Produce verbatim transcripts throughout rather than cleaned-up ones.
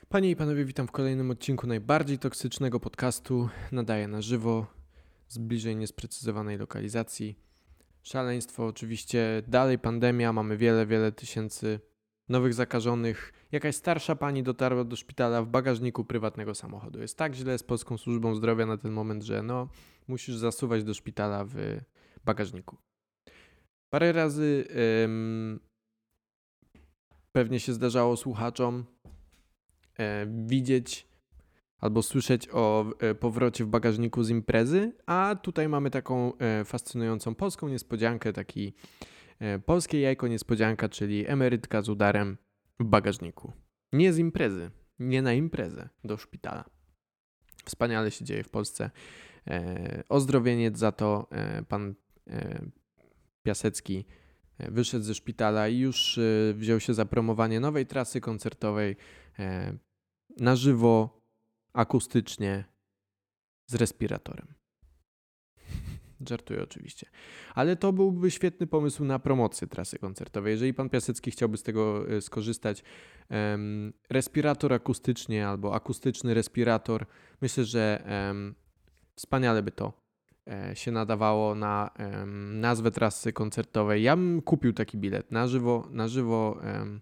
Panie i panowie, witam w kolejnym odcinku najbardziej toksycznego podcastu. Nadaję na żywo, z bliżej niesprecyzowanej lokalizacji. Szaleństwo oczywiście, dalej pandemia, mamy wiele, wiele tysięcy nowych zakażonych. Jakaś starsza pani dotarła do szpitala w bagażniku prywatnego samochodu. Jest tak źle z polską służbą zdrowia na ten moment, że no, musisz zasuwać do szpitala w bagażniku. Parę razy ym, pewnie się zdarzało słuchaczom e, widzieć albo słyszeć o e, powrocie w bagażniku z imprezy, a tutaj mamy taką e, fascynującą polską niespodziankę, taki e, polskie jajko niespodzianka, czyli emerytka z udarem w bagażniku. Nie z imprezy, nie na imprezę, do szpitala. Wspaniale się dzieje w Polsce. E, ozdrowieniec za to, e, pan e, Piasecki e, wyszedł ze szpitala i już e, wziął się za promowanie nowej trasy koncertowej e, na żywo, akustycznie, z respiratorem. Żartuję oczywiście. Ale to byłby świetny pomysł na promocję trasy koncertowej. Jeżeli pan Piasecki chciałby z tego y, skorzystać, um, respirator akustycznie albo akustyczny respirator, myślę, że um, wspaniale by to e, się nadawało na um, nazwę trasy koncertowej. Ja bym kupił taki bilet na żywo, na żywo, um,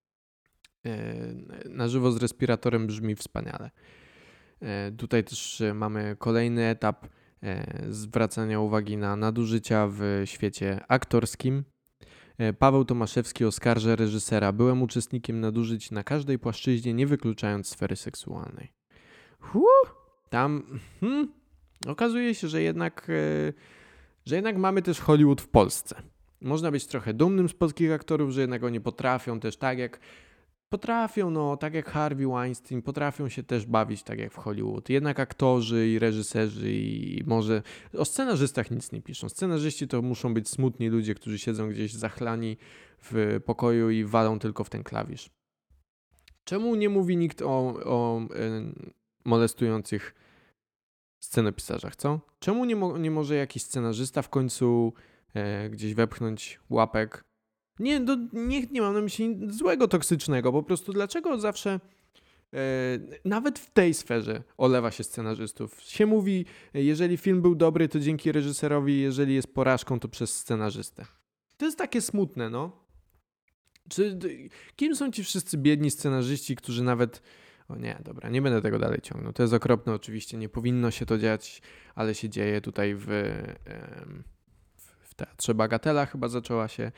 e, na żywo z respiratorem brzmi wspaniale. E, tutaj też mamy kolejny etap e, zwracania uwagi na nadużycia w świecie aktorskim. E, Paweł Tomaszewski oskarża reżysera. Byłem uczestnikiem nadużyć na każdej płaszczyźnie, nie wykluczając sfery seksualnej. Huh, tam hmm, okazuje się, że jednak, e, że jednak mamy też Hollywood w Polsce. Można być trochę dumnym z polskich aktorów, że jednak oni potrafią też tak jak Potrafią, no, tak jak Harvey Weinstein, potrafią się też bawić tak jak w Hollywood. Jednak aktorzy i reżyserzy i może o scenarzystach nic nie piszą. Scenarzyści to muszą być smutni ludzie, którzy siedzą gdzieś zachlani w pokoju i walą tylko w ten klawisz. Czemu nie mówi nikt o, o y, molestujących scenopisarzach, co? Czemu nie, mo- nie może jakiś scenarzysta w końcu e, gdzieś wepchnąć łapek? Nie, do, nie, nie mam na myśli nic złego, toksycznego, po prostu dlaczego zawsze e, nawet w tej sferze olewa się scenarzystów. Się mówi, jeżeli film był dobry, to dzięki reżyserowi, jeżeli jest porażką, to przez scenarzystę. To jest takie smutne, no. Czy, kim są ci wszyscy biedni scenarzyści, którzy nawet... O nie, dobra, nie będę tego dalej ciągnął. To jest okropne oczywiście, nie powinno się to dziać, ale się dzieje tutaj w, em, w Teatrze Bagatela chyba zaczęła się.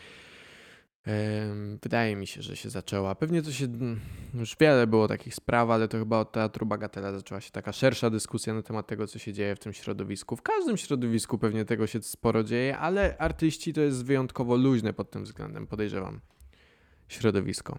Em, Wydaje mi się, że się zaczęła. Pewnie to się, mm, już wiele było takich spraw, ale to chyba od Teatru Bagatela zaczęła się taka szersza dyskusja na temat tego, co się dzieje w tym środowisku. W każdym środowisku pewnie tego się sporo dzieje, ale artyści to jest wyjątkowo luźne pod tym względem, podejrzewam, środowisko.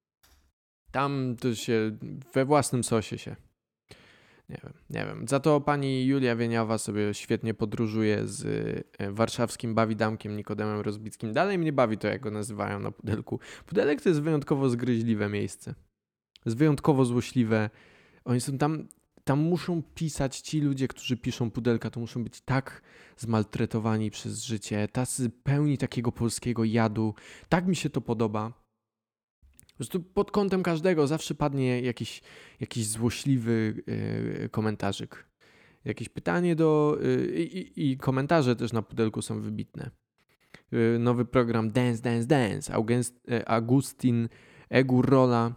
Tam to się we własnym sosie się. Nie wiem, nie wiem. Za to pani Julia Wieniawa sobie świetnie podróżuje z e, warszawskim bawidamkiem Nikodemem Rozbickim. Dalej mnie bawi to, jak go nazywają na Pudelku. Pudelek to jest wyjątkowo zgryźliwe miejsce. Jest wyjątkowo złośliwe. Oni są tam, tam muszą pisać, ci ludzie, którzy piszą Pudelka, to muszą być tak zmaltretowani przez życie, tacy pełni takiego polskiego jadu. Tak mi się to podoba. Po prostu pod kątem każdego zawsze padnie jakiś, jakiś złośliwy yy, komentarzyk. Jakieś pytanie do... Yy, i, I komentarze też na Pudelku są wybitne. Yy, nowy program Dance, Dance, Dance. August, yy, Agustin Egurola.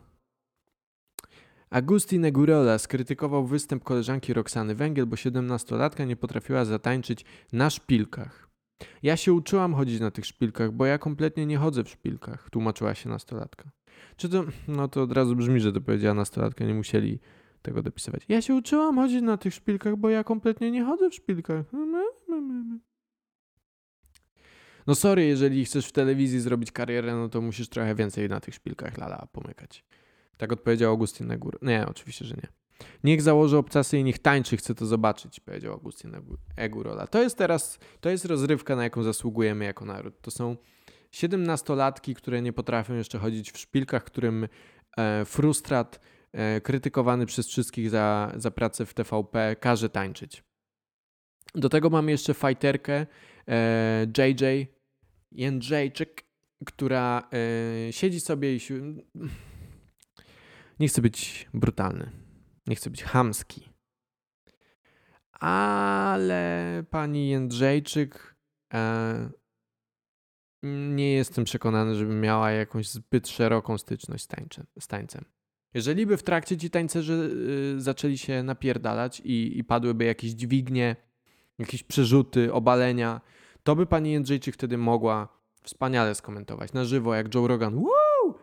Agustin Egurola skrytykował występ koleżanki Roxany Węgiel, bo siedemnastolatka nie potrafiła zatańczyć na szpilkach. Ja się uczyłam chodzić na tych szpilkach, bo ja kompletnie nie chodzę w szpilkach, tłumaczyła się nastolatka. Czy to, no to od razu brzmi, że to powiedziała nastolatka, nie musieli tego dopisywać. Ja się uczyłam chodzić na tych szpilkach, bo ja kompletnie nie chodzę w szpilkach. No sorry, jeżeli chcesz w telewizji zrobić karierę, no to musisz trochę więcej na tych szpilkach lala pomykać. Tak odpowiedział Augustin Egur. Nie, oczywiście, że nie. Niech założy obcasy i niech tańczy, chcę to zobaczyć, powiedział Augustin Egurola. To jest teraz, to jest rozrywka, na jaką zasługujemy jako naród. To są siedemnastolatki, które nie potrafią jeszcze chodzić w szpilkach, którym e, frustrat e, krytykowany przez wszystkich za, za pracę w T V P każe tańczyć. Do tego mamy jeszcze fajterkę e, J J Jędrzejczyk, która e, siedzi sobie i... Nie chcę być brutalny. Nie chcę być chamski. Ale pani Jędrzejczyk e, nie jestem przekonany, żeby miała jakąś zbyt szeroką styczność z, tańczem, z tańcem. Jeżeli by w trakcie ci tańcerzy y, zaczęli się napierdalać i, i padłyby jakieś dźwignie, jakieś przerzuty, obalenia, to by pani Jędrzejczyk wtedy mogła wspaniale skomentować na żywo, jak Joe Rogan. Woo!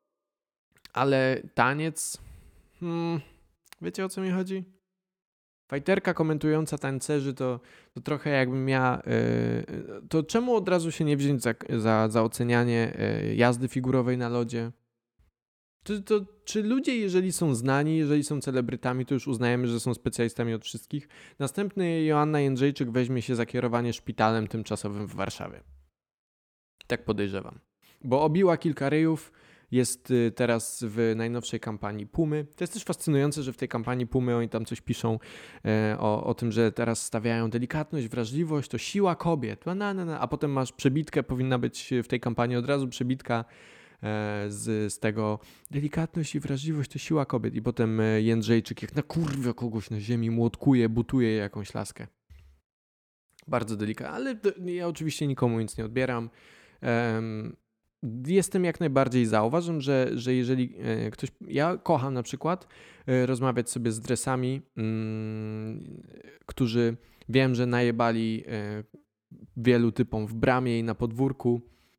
Ale taniec... Hmm, wiecie, o co mi chodzi? Fajterka komentująca tancerzy to, to trochę jakbym miała... Yy, to czemu od razu się nie wziąć za, za, za ocenianie yy, jazdy figurowej na lodzie? To, to, czy ludzie, jeżeli są znani, jeżeli są celebrytami, to już uznajemy, że są specjalistami od wszystkich? Następny Joanna Jędrzejczyk weźmie się za kierowanie szpitalem tymczasowym w Warszawie. Tak podejrzewam. Bo obiła kilka ryjów, jest teraz w najnowszej kampanii Pumy. To jest też fascynujące, że w tej kampanii Pumy oni tam coś piszą e, o, o tym, że teraz stawiają delikatność, wrażliwość, to siła kobiet. Na, na, na. A potem masz przebitkę, powinna być w tej kampanii od razu przebitka e, z, z tego delikatność i wrażliwość to siła kobiet. I potem Jędrzejczyk jak na kurwę kogoś na ziemi młotkuje, butuje jakąś laskę. Bardzo delikatnie, ale ja oczywiście nikomu nic nie odbieram. Um, Jestem jak najbardziej za. Uważam, że, że jeżeli e, ktoś... Ja kocham na przykład e, rozmawiać sobie z dresami, mm, którzy wiem, że najebali e, wielu typom w bramie i na podwórku.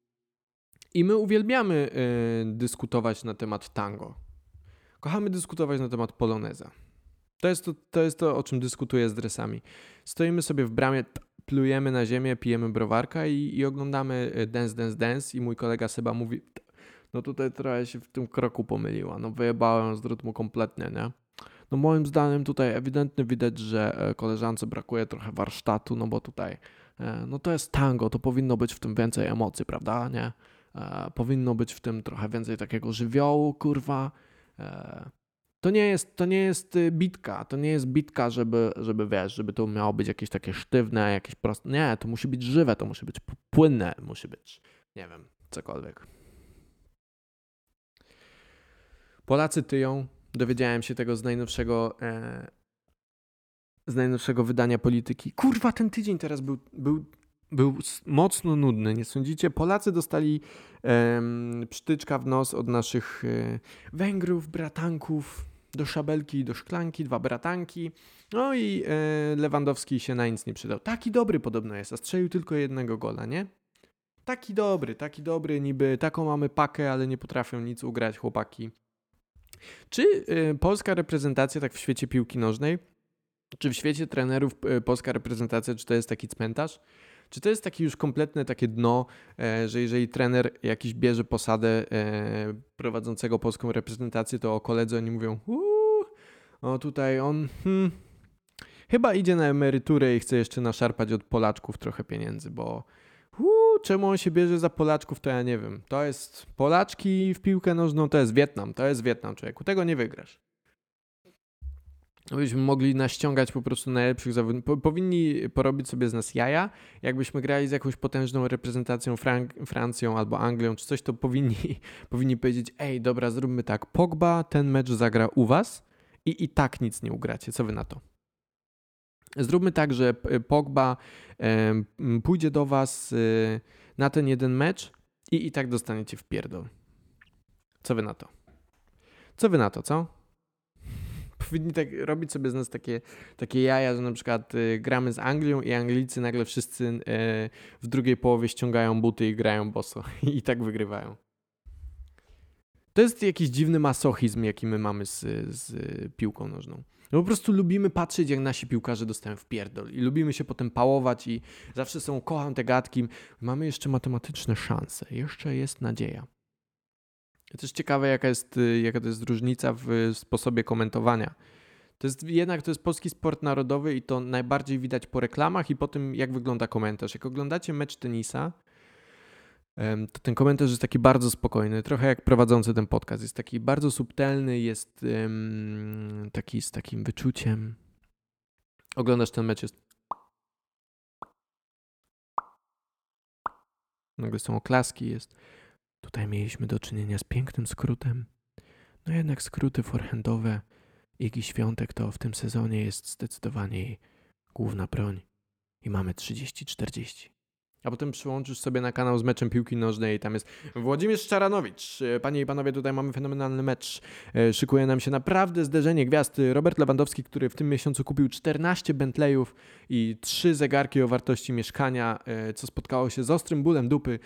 I my uwielbiamy e, dyskutować na temat tango. Kochamy dyskutować na temat poloneza. To jest to, to jest to, o czym dyskutuję z dresami. Stoimy sobie w bramie, plujemy na ziemię, pijemy browarka i, i oglądamy Dance, Dance, Dance i mój kolega Seba mówi, no tutaj trochę się w tym kroku pomyliła, no wyjebałem z rytmu kompletnie, nie? No moim zdaniem tutaj ewidentnie widać, że koleżance brakuje trochę warsztatu, no bo tutaj, no to jest tango, to powinno być w tym więcej emocji, prawda, nie? Powinno być w tym trochę więcej takiego żywiołu, kurwa. To nie jest, to nie jest bitka, to nie jest bitka, żeby, żeby wiesz, żeby to miało być jakieś takie sztywne, jakieś proste. Nie, to musi być żywe, to musi być płynne, musi być, nie wiem, cokolwiek. Polacy tyją, dowiedziałem się tego z najnowszego, e, z najnowszego wydania Polityki. Kurwa, ten tydzień teraz był, był, był mocno nudny, nie sądzicie? Polacy dostali e, psztyczka w nos od naszych e, Węgrów, bratanków, do szabelki, do szklanki, dwa bratanki. No i e, Lewandowski się na nic nie przydał. Taki dobry podobno jest, a strzelił tylko jednego gola, nie? Taki dobry, taki dobry, niby taką mamy pakę, ale nie potrafią nic ugrać chłopaki. Czy y, polska reprezentacja tak w świecie piłki nożnej, czy w świecie trenerów y, polska reprezentacja, czy to jest taki cmentarz? Czy to jest takie już kompletne takie dno, e, że jeżeli trener jakiś bierze posadę e, prowadzącego polską reprezentację, to o koledze oni mówią uuu, o tutaj on hmm, chyba idzie na emeryturę i chce jeszcze naszarpać od Polaczków trochę pieniędzy, bo Uuu, czemu on się bierze za Polaczków, to ja nie wiem. To jest Polaczki w piłkę nożną, to jest Wietnam, to jest Wietnam, człowieku. Tego nie wygrasz. Byśmy mogli naściągać po prostu najlepszych zawodników. Powinni porobić sobie z nas jaja. Jakbyśmy grali z jakąś potężną reprezentacją Frank- Francją albo Anglią czy coś, to powinni, powinni powiedzieć, ej, dobra, zróbmy tak. Pogba ten mecz zagra u was i i tak nic nie ugracie. Co wy na to? Zróbmy tak, że Pogba e, pójdzie do was e, na ten jeden mecz i i tak dostaniecie w pierdol. Co wy na to? Co wy na to, co? Powinni tak robić sobie z nas takie, takie jaja, że na przykład e, gramy z Anglią i Anglicy nagle wszyscy e, w drugiej połowie ściągają buty i grają boso i tak wygrywają. To jest jakiś dziwny masochizm, jaki my mamy z, z piłką nożną. No po prostu lubimy patrzeć, jak nasi piłkarze dostają w pierdol i lubimy się potem pałować i zawsze są, kocham te gadki, mamy jeszcze matematyczne szanse, jeszcze jest nadzieja. To też ciekawe, jaka jest, jaka to jest różnica w sposobie komentowania. To jest jednak, to jest polski sport narodowy i to najbardziej widać po reklamach i po tym, jak wygląda komentarz. Jak oglądacie mecz tenisa, to ten komentarz jest taki bardzo spokojny, trochę jak prowadzący ten podcast. Jest taki bardzo subtelny, jest um, taki z takim wyczuciem. Oglądasz ten mecz, jest... Nagle są oklaski, jest... Tutaj mieliśmy do czynienia z pięknym skrótem. No jednak skróty forehandowe Igi Świątek to w tym sezonie jest zdecydowanie jej główna broń. I mamy trzydzieści czterdzieści. A potem przyłączysz sobie na kanał z meczem piłki nożnej i tam jest Włodzimierz Szczaranowicz. Panie i panowie, tutaj mamy fenomenalny mecz. Szykuje nam się naprawdę zderzenie gwiazd. Robert Lewandowski, który w tym miesiącu kupił czternaście Bentleyów i trzy zegarki o wartości mieszkania, co spotkało się z ostrym bólem dupy.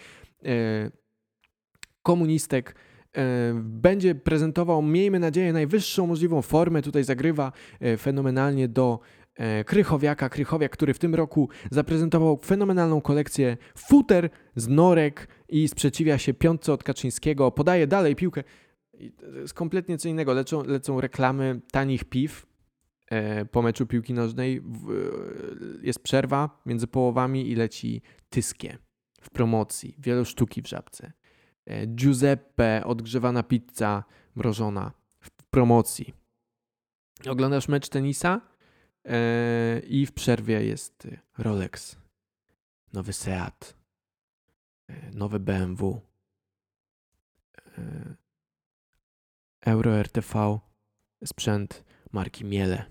Komunistek będzie prezentował, miejmy nadzieję, najwyższą możliwą formę. Tutaj zagrywa fenomenalnie do Krychowiaka. Krychowiak, który w tym roku zaprezentował fenomenalną kolekcję futer z norek i sprzeciwia się piątce od Kaczyńskiego. Podaje dalej piłkę. I to jest kompletnie co innego. Lecą, lecą reklamy tanich piw po meczu piłki nożnej. Jest przerwa między połowami i leci Tyskie w promocji. Wielosztuki w Żabce. Giuseppe, odgrzewana pizza mrożona w promocji. Oglądasz mecz tenisa yy, i w przerwie jest Rolex, nowy Seat, yy, nowe B M W, yy, Euro R T V, sprzęt marki Miele.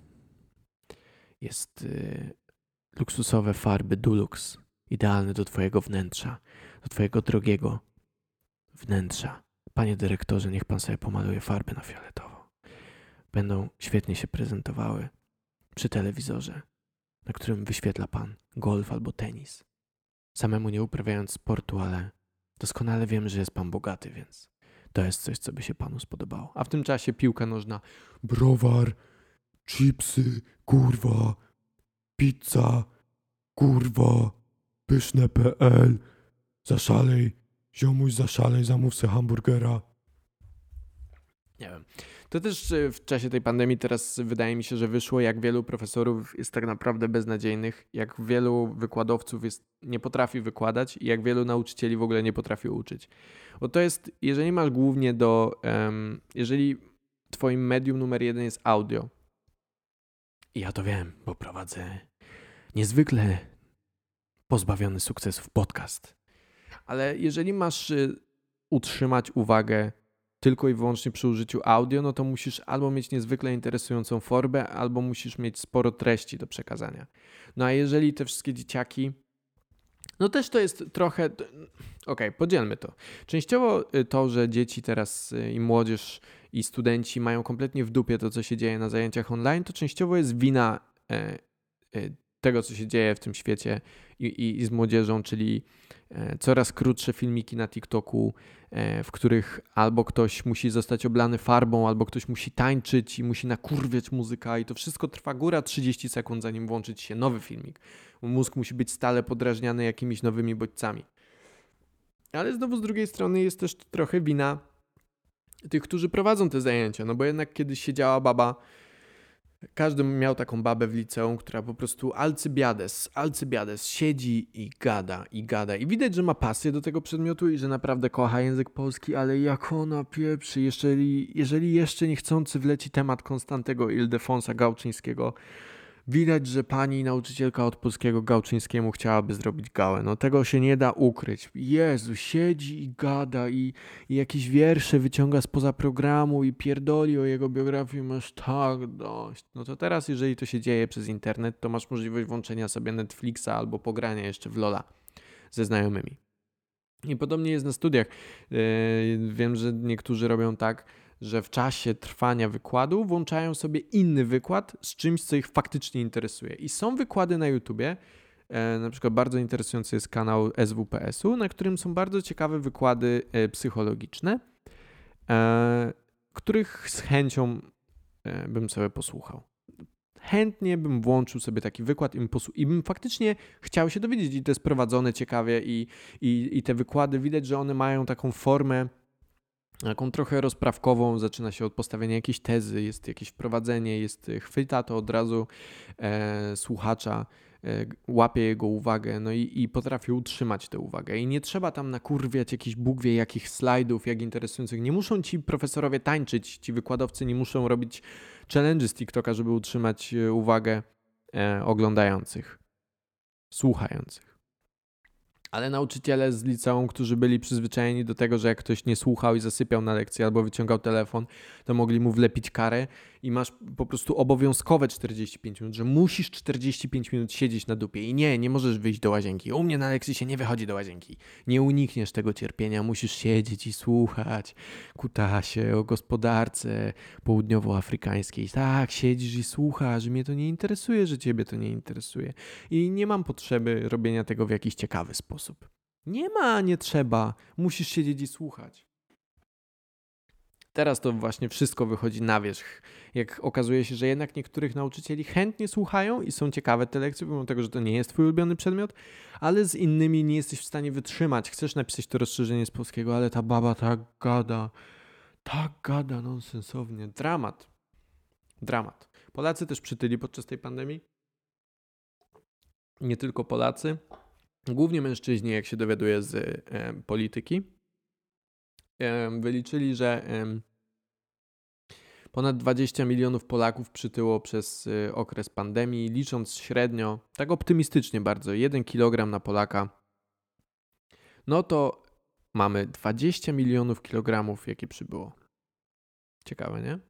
Jest yy, luksusowe farby Dulux, idealne do twojego wnętrza, do twojego drogiego wnętrza. Panie dyrektorze, niech pan sobie pomaluje farby na fioletowo. Będą świetnie się prezentowały przy telewizorze, na którym wyświetla pan golf albo tenis. Samemu nie uprawiając sportu, ale doskonale wiem, że jest pan bogaty, więc to jest coś, co by się panu spodobało. A w tym czasie piłka nożna, browar, chipsy, kurwa, pizza, kurwa, pyszne kropka pe el, zaszalej, ziomuś zaszalej, zamów se hamburgera. Nie wiem. To też w czasie tej pandemii teraz wydaje mi się, że wyszło, jak wielu profesorów jest tak naprawdę beznadziejnych, jak wielu wykładowców jest, nie potrafi wykładać i jak wielu nauczycieli w ogóle nie potrafi uczyć. Bo to jest, jeżeli masz głównie do, um, jeżeli twoim medium numer jeden jest audio, i ja to wiem, bo prowadzę niezwykle pozbawiony sukcesów podcast, ale jeżeli masz y, utrzymać uwagę tylko i wyłącznie przy użyciu audio, no to musisz albo mieć niezwykle interesującą formę, albo musisz mieć sporo treści do przekazania. No a jeżeli te wszystkie dzieciaki, no też to jest trochę, okej, okay, podzielmy to. Częściowo to, że dzieci teraz i młodzież i studenci mają kompletnie w dupie to, co się dzieje na zajęciach online, to częściowo jest wina e, e, tego, co się dzieje w tym świecie i, i, i z młodzieżą, czyli e, coraz krótsze filmiki na TikToku, e, w których albo ktoś musi zostać oblany farbą, albo ktoś musi tańczyć i musi nakurwiać muzyka i to wszystko trwa góra trzydzieści sekund, zanim włączyć się nowy filmik. Mózg musi być stale podrażniany jakimiś nowymi bodźcami. Ale znowu z drugiej strony jest też trochę wina tych, którzy prowadzą te zajęcia, no bo jednak kiedyś siedziała baba, każdy miał taką babę w liceum, która po prostu alcybiades, alcybiades siedzi i gada, i gada. I widać, że ma pasję do tego przedmiotu i że naprawdę kocha język polski, ale jak ona pieprzy, jeżeli, jeżeli jeszcze niechcący wleci temat Konstantego Ildefonsa Gałczyńskiego, widać, że pani nauczycielka od polskiego Gałczyńskiemu chciałaby zrobić gałę. No tego się nie da ukryć. Jezu, siedzi i gada i, i jakieś wiersze wyciąga spoza programu i pierdoli o jego biografii. Masz tak dość. No to teraz, jeżeli to się dzieje przez internet, to masz możliwość włączenia sobie Netflixa albo pogrania jeszcze w Lola ze znajomymi. I podobnie jest na studiach. Yy, wiem, że niektórzy robią tak, że w czasie trwania wykładu włączają sobie inny wykład z czymś, co ich faktycznie interesuje. I są wykłady na YouTubie, e, na przykład bardzo interesujący jest kanał S W P S u, na którym są bardzo ciekawe wykłady e, psychologiczne, e, których z chęcią e, bym sobie posłuchał. Chętnie bym włączył sobie taki wykład i bym, posłu- i bym faktycznie chciał się dowiedzieć, i to jest prowadzone ciekawie i, i, i te wykłady, widać, że one mają taką formę taką trochę rozprawkową, zaczyna się od postawienia jakiejś tezy, jest jakieś wprowadzenie, jest chwyta to od razu e, słuchacza, e, łapie jego uwagę, no i, i potrafi utrzymać tę uwagę. I nie trzeba tam nakurwiać jakichś Bóg wie jakich slajdów, jak interesujących. Nie muszą ci profesorowie tańczyć, ci wykładowcy nie muszą robić challenge z TikToka, żeby utrzymać uwagę e, oglądających, słuchających. Ale nauczyciele z liceum, którzy byli przyzwyczajeni do tego, że jak ktoś nie słuchał i zasypiał na lekcji albo wyciągał telefon, to mogli mu wlepić karę i masz po prostu obowiązkowe czterdzieści pięć minut, że musisz czterdzieści pięć minut siedzieć na dupie i nie, nie możesz wyjść do łazienki. U mnie na lekcji się nie wychodzi do łazienki. Nie unikniesz tego cierpienia, musisz siedzieć i słuchać kutasie o gospodarce południowoafrykańskiej. Tak, siedzisz i słuchasz, mnie to nie interesuje, że ciebie to nie interesuje. I nie mam potrzeby robienia tego w jakiś ciekawy sposób. Nie ma, nie trzeba. Musisz siedzieć i słuchać. Teraz to właśnie wszystko wychodzi na wierzch. Jak okazuje się, że jednak niektórych nauczycieli chętnie słuchają i są ciekawe te lekcje, pomimo tego, że to nie jest twój ulubiony przedmiot, ale z innymi nie jesteś w stanie wytrzymać. Chcesz napisać to rozszerzenie z polskiego, ale ta baba tak gada. Tak gada nonsensownie. Dramat. Dramat. Polacy też przytyli podczas tej pandemii. Nie tylko Polacy. Głównie mężczyźni, jak się dowiaduje z e, polityki, e, wyliczyli, że e, ponad dwadzieścia milionów Polaków przytyło przez e, okres pandemii, licząc średnio, tak optymistycznie bardzo, jeden kilogram na Polaka. No to mamy dwadzieścia milionów kilogramów, jakie przybyło. Ciekawe, nie?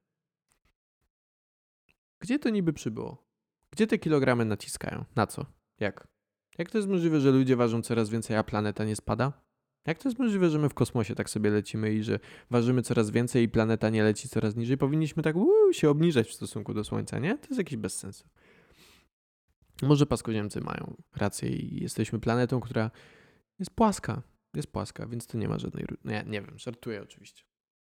Gdzie to niby przybyło? Gdzie te kilogramy naciskają? Na co? Jak? Jak to jest możliwe, że ludzie ważą coraz więcej, a planeta nie spada? Jak to jest możliwe, że my w kosmosie tak sobie lecimy i że ważymy coraz więcej i planeta nie leci coraz niżej? Powinniśmy tak uu, się obniżać w stosunku do Słońca, nie? To jest jakiś bez sensu. Może płaskoziemcy mają rację i jesteśmy planetą, która jest płaska. Jest płaska, więc to nie ma żadnej... Nie, nie wiem, żartuję oczywiście.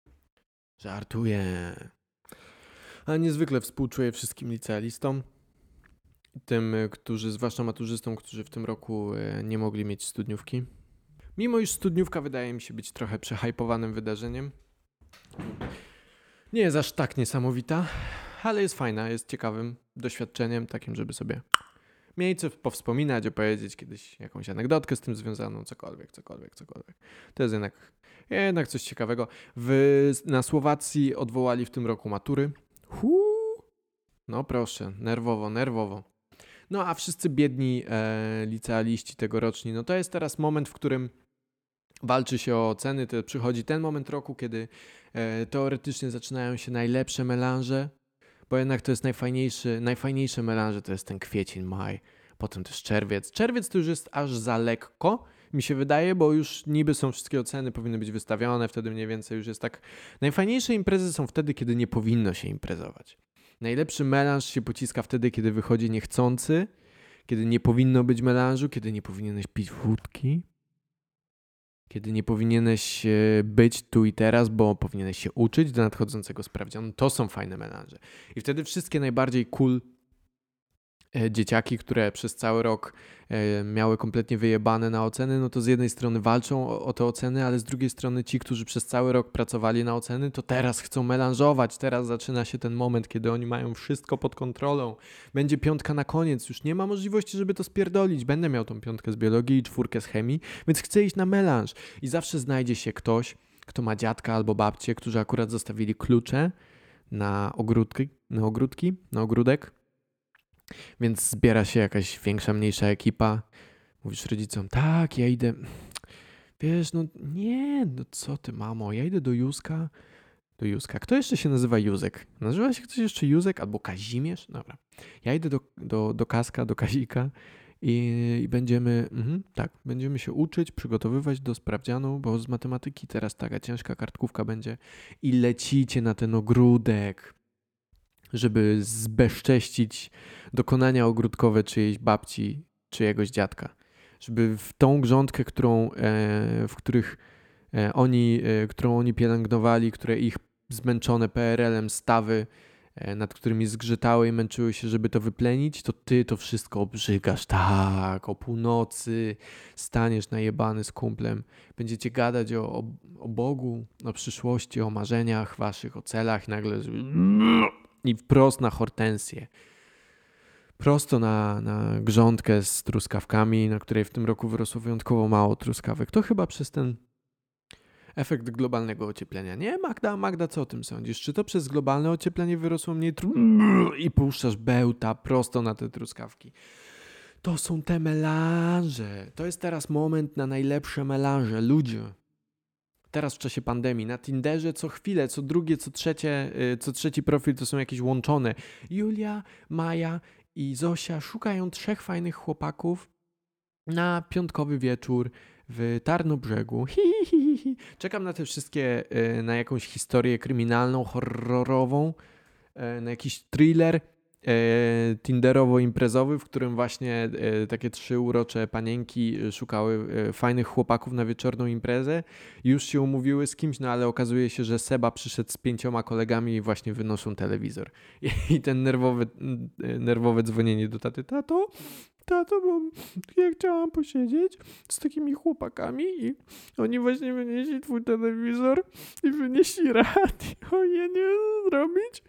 Żartuję. Ale niezwykle współczuję wszystkim licealistom. Tym, którzy, zwłaszcza maturzystom, którzy w tym roku nie mogli mieć studniówki. Mimo iż studniówka wydaje mi się być trochę przehypowanym wydarzeniem. Nie jest aż tak niesamowita, ale jest fajna, jest ciekawym doświadczeniem, takim, żeby sobie mieć co powspominać, opowiedzieć kiedyś jakąś anegdotkę z tym związaną, cokolwiek, cokolwiek, cokolwiek. To jest jednak, jednak coś ciekawego. W, na Słowacji odwołali w tym roku matury. Huu. No proszę, nerwowo, nerwowo. No a wszyscy biedni e, licealiści tegoroczni, no to jest teraz moment, w którym walczy się o oceny, to przychodzi ten moment roku, kiedy e, teoretycznie zaczynają się najlepsze melanże, bo jednak to jest najfajniejszy, najfajniejsze melanże to jest ten kwiecień, maj, potem też czerwiec. Czerwiec to już jest aż za lekko, mi się wydaje, bo już niby są wszystkie oceny, powinny być wystawione, wtedy mniej więcej już jest tak. Najfajniejsze imprezy są wtedy, kiedy nie powinno się imprezować. Najlepszy melanż się pociska wtedy, kiedy wychodzi niechcący, kiedy nie powinno być melanżu, kiedy nie powinieneś pić wódki, kiedy nie powinieneś być tu i teraz, bo powinieneś się uczyć do nadchodzącego sprawdzianu. To są fajne melanże. I wtedy wszystkie najbardziej cool dzieciaki, które przez cały rok miały kompletnie wyjebane na oceny, no to z jednej strony walczą o, o te oceny, ale z drugiej strony ci, którzy przez cały rok pracowali na oceny, to teraz chcą melanżować. Teraz zaczyna się ten moment, kiedy oni mają wszystko pod kontrolą. Będzie piątka na koniec. Już nie ma możliwości, żeby to spierdolić. Będę miał tą piątkę z biologii i czwórkę z chemii, więc chcę iść na melanż. I zawsze znajdzie się ktoś, kto ma dziadka albo babcię, którzy akurat zostawili klucze na ogródki, na ogródki, na ogródek. Więc zbiera się jakaś większa, mniejsza ekipa. Mówisz rodzicom, tak, ja idę. Wiesz, no nie, no co ty, mamo, ja idę do Józka. Do Józka. Kto jeszcze się nazywa Józek? Nazywa się ktoś jeszcze Józek albo Kazimierz? Dobra. Ja idę do, do, do Kaska, do Kazika i, i będziemy, mhm, tak, będziemy się uczyć, przygotowywać do sprawdzianu, bo z matematyki teraz taka ciężka kartkówka będzie i lecicie na ten ogródek, żeby zbezcześcić dokonania ogródkowe czyjejś babci, czyjegoś dziadka. Żeby w tą grządkę, którą, e, w których e, oni, e, którą oni pielęgnowali, które ich zmęczone P R L-em stawy, e, nad którymi zgrzytały i męczyły się, żeby to wyplenić, to ty to wszystko obrzygasz. Tak, o północy staniesz najebany z kumplem. Będziecie gadać o, o, o Bogu, o przyszłości, o marzeniach waszych, o celach i nagle i wprost na hortensję. Prosto na, na grządkę z truskawkami, na której w tym roku wyrosło wyjątkowo mało truskawek. To chyba przez ten efekt globalnego ocieplenia. Nie, Magda, Magda, co o tym sądzisz? Czy to przez globalne ocieplenie wyrosło mniej tru... i puszczasz bełta prosto na te truskawki? To są te melanże. To jest teraz moment na najlepsze melanże. Ludzie. Teraz w czasie pandemii. Na Tinderze co chwilę, co drugie, co trzecie, y, co trzeci profil to są jakieś łączone. Julia, Maja i Zosia szukają trzech fajnych chłopaków na piątkowy wieczór w Tarnobrzegu. Hi, hi, hi, hi. Czekam na te wszystkie, y, na jakąś historię kryminalną, horrorową, y, na jakiś thriller e, tinderowo-imprezowy, w którym właśnie e, takie trzy urocze panienki e, szukały e, fajnych chłopaków na wieczorną imprezę. Już się umówiły z kimś, no ale okazuje się, że Seba przyszedł z pięcioma kolegami i właśnie wynoszą telewizor. I, i ten nerwowy, e, nerwowe dzwonienie do taty. Tato, tato, bo ja chciałam posiedzieć z takimi chłopakami i oni właśnie wynieśli twój telewizor i wynieśli radio. Ja nie wiem, co zrobić.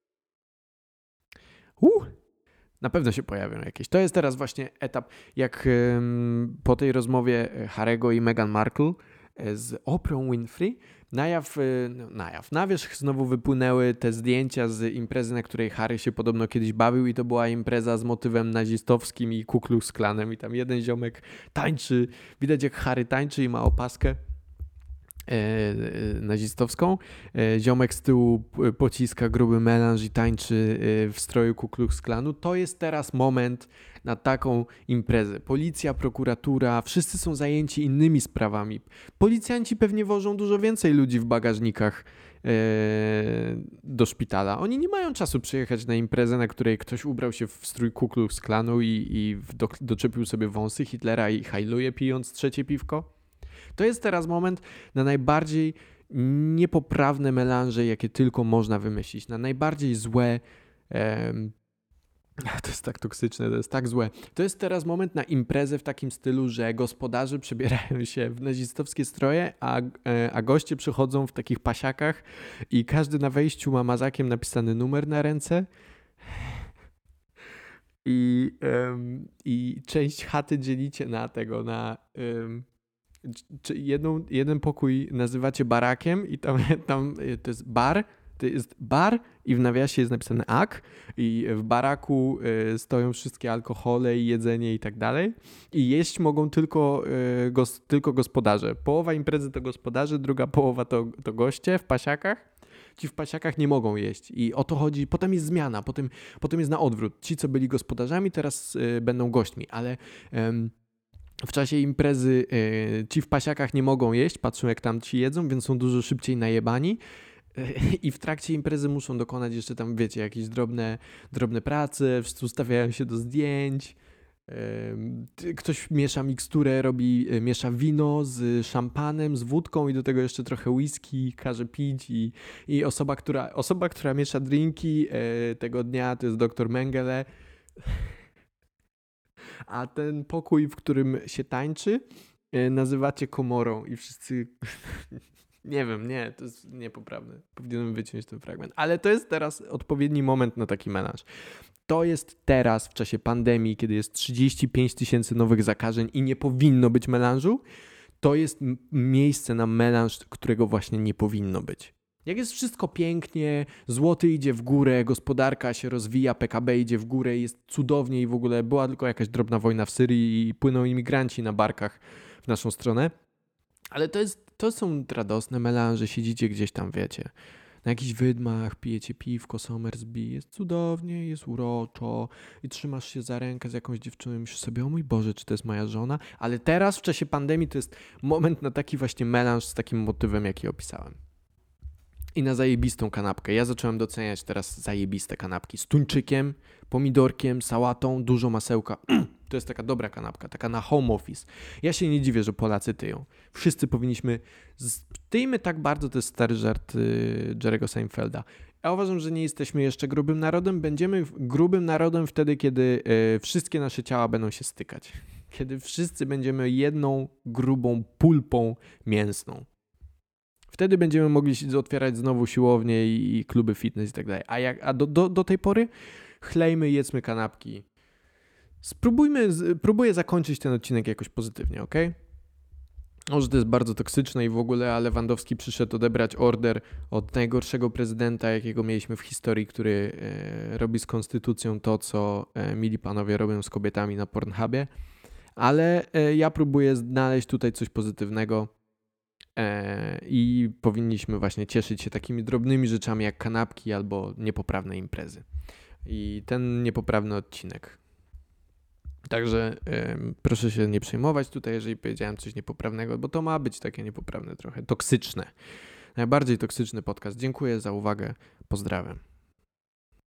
Uh, na pewno się pojawią jakieś. To jest teraz właśnie etap, jak ym, po tej rozmowie Harry'ego i Meghan Markle y, z Oprah Winfrey na jaw, y, no, na jaw, na wierzch znowu wypłynęły te zdjęcia z imprezy, na której Harry się podobno kiedyś bawił i to była impreza z motywem nazistowskim i Ku Klux Klanem i tam jeden ziomek tańczy, widać jak Harry tańczy i ma opaskę nazistowską. Ziomek z tyłu pociska gruby melanż i tańczy w stroju Ku Klux Klanu. To jest teraz moment na taką imprezę. Policja, prokuratura, wszyscy są zajęci innymi sprawami. Policjanci pewnie wożą dużo więcej ludzi w bagażnikach do szpitala. Oni nie mają czasu przyjechać na imprezę, na której ktoś ubrał się w strój Ku Klux Klanu i, i do, doczepił sobie wąsy Hitlera i hajluje pijąc trzecie piwko. To jest teraz moment na najbardziej niepoprawne melanże, jakie tylko można wymyślić. Na najbardziej złe... Em, to jest tak toksyczne, to jest tak złe. To jest teraz moment na imprezę w takim stylu, że gospodarze przebierają się w nazistowskie stroje, a, a goście przychodzą w takich pasiakach i każdy na wejściu ma mazakiem napisany numer na ręce. I, um, i część chaty dzielicie na tego, na... Um, czy jedną, jeden pokój nazywacie barakiem i tam, tam to jest bar, to jest bar i w nawiasie jest napisane ak i w baraku y, stoją wszystkie alkohole i jedzenie i tak dalej i jeść mogą tylko, y, gos, tylko gospodarze. Połowa imprezy to gospodarze, druga połowa to, to goście w pasiakach. Ci w pasiakach nie mogą jeść i o to chodzi. Potem jest zmiana, potem, potem jest na odwrót. Ci, co byli gospodarzami, teraz y, będą gośćmi, ale... Y, W czasie imprezy y, ci w pasiakach nie mogą jeść, patrzą jak tam ci jedzą, więc są dużo szybciej najebani y, i w trakcie imprezy muszą dokonać jeszcze tam, wiecie, jakieś drobne, drobne prace, wszyscy ustawiają się do zdjęć, y, ktoś miesza miksturę, robi, y, miesza wino z szampanem, z wódką i do tego jeszcze trochę whisky, każe pić i, i osoba, która, osoba, która miesza drinki y, tego dnia to jest doktor Mengele. A ten pokój, w którym się tańczy, nazywacie komorą i wszyscy... nie wiem, nie, to jest niepoprawne. Powinienem wyciąć ten fragment. Ale to jest teraz odpowiedni moment na taki melanż. To jest teraz w czasie pandemii, kiedy jest trzydzieści pięć tysięcy nowych zakażeń i nie powinno być melanżu. To jest m- miejsce na melanż, którego właśnie nie powinno być. Jak jest wszystko pięknie, złoty idzie w górę, gospodarka się rozwija, P K B idzie w górę, jest cudownie i w ogóle była tylko jakaś drobna wojna w Syrii i płyną imigranci na barkach w naszą stronę. Ale to, jest, to są radosne melanże, siedzicie gdzieś tam, wiecie, na jakichś wydmach, pijecie piwko, Somersby, jest cudownie, jest uroczo i trzymasz się za rękę z jakąś dziewczyną i myślisz sobie, o mój Boże, czy to jest moja żona? Ale teraz w czasie pandemii to jest moment na taki właśnie melanż z takim motywem, jaki opisałem. I na zajebistą kanapkę. Ja zacząłem doceniać teraz zajebiste kanapki z tuńczykiem, pomidorkiem, sałatą, dużo masełka. To jest taka dobra kanapka, taka na home office. Ja się nie dziwię, że Polacy tyją. Wszyscy powinniśmy... Tyjmy tak bardzo, to jest stary żart yy, Jerry'ego Seinfelda. Ja uważam, że nie jesteśmy jeszcze grubym narodem. Będziemy grubym narodem wtedy, kiedy yy, wszystkie nasze ciała będą się stykać. Kiedy wszyscy będziemy jedną grubą pulpą mięsną. Wtedy będziemy mogli otwierać znowu siłownie i, i kluby fitness i tak dalej. A, jak, a do, do, do tej pory chlejmy, jedzmy kanapki. Spróbujmy, z, próbuję zakończyć ten odcinek jakoś pozytywnie, ok? O, że to jest bardzo toksyczne i w ogóle, a Lewandowski przyszedł odebrać order od najgorszego prezydenta, jakiego mieliśmy w historii, który e, robi z konstytucją to, co e, mili panowie robią z kobietami na Pornhubie. Ale e, ja próbuję znaleźć tutaj coś pozytywnego e, i powinniśmy właśnie cieszyć się takimi drobnymi rzeczami jak kanapki albo niepoprawne imprezy. I ten niepoprawny odcinek. Także e, proszę się nie przejmować tutaj, jeżeli powiedziałem coś niepoprawnego, bo to ma być takie niepoprawne trochę, toksyczne. Najbardziej toksyczny podcast. Dziękuję za uwagę. Pozdrawiam.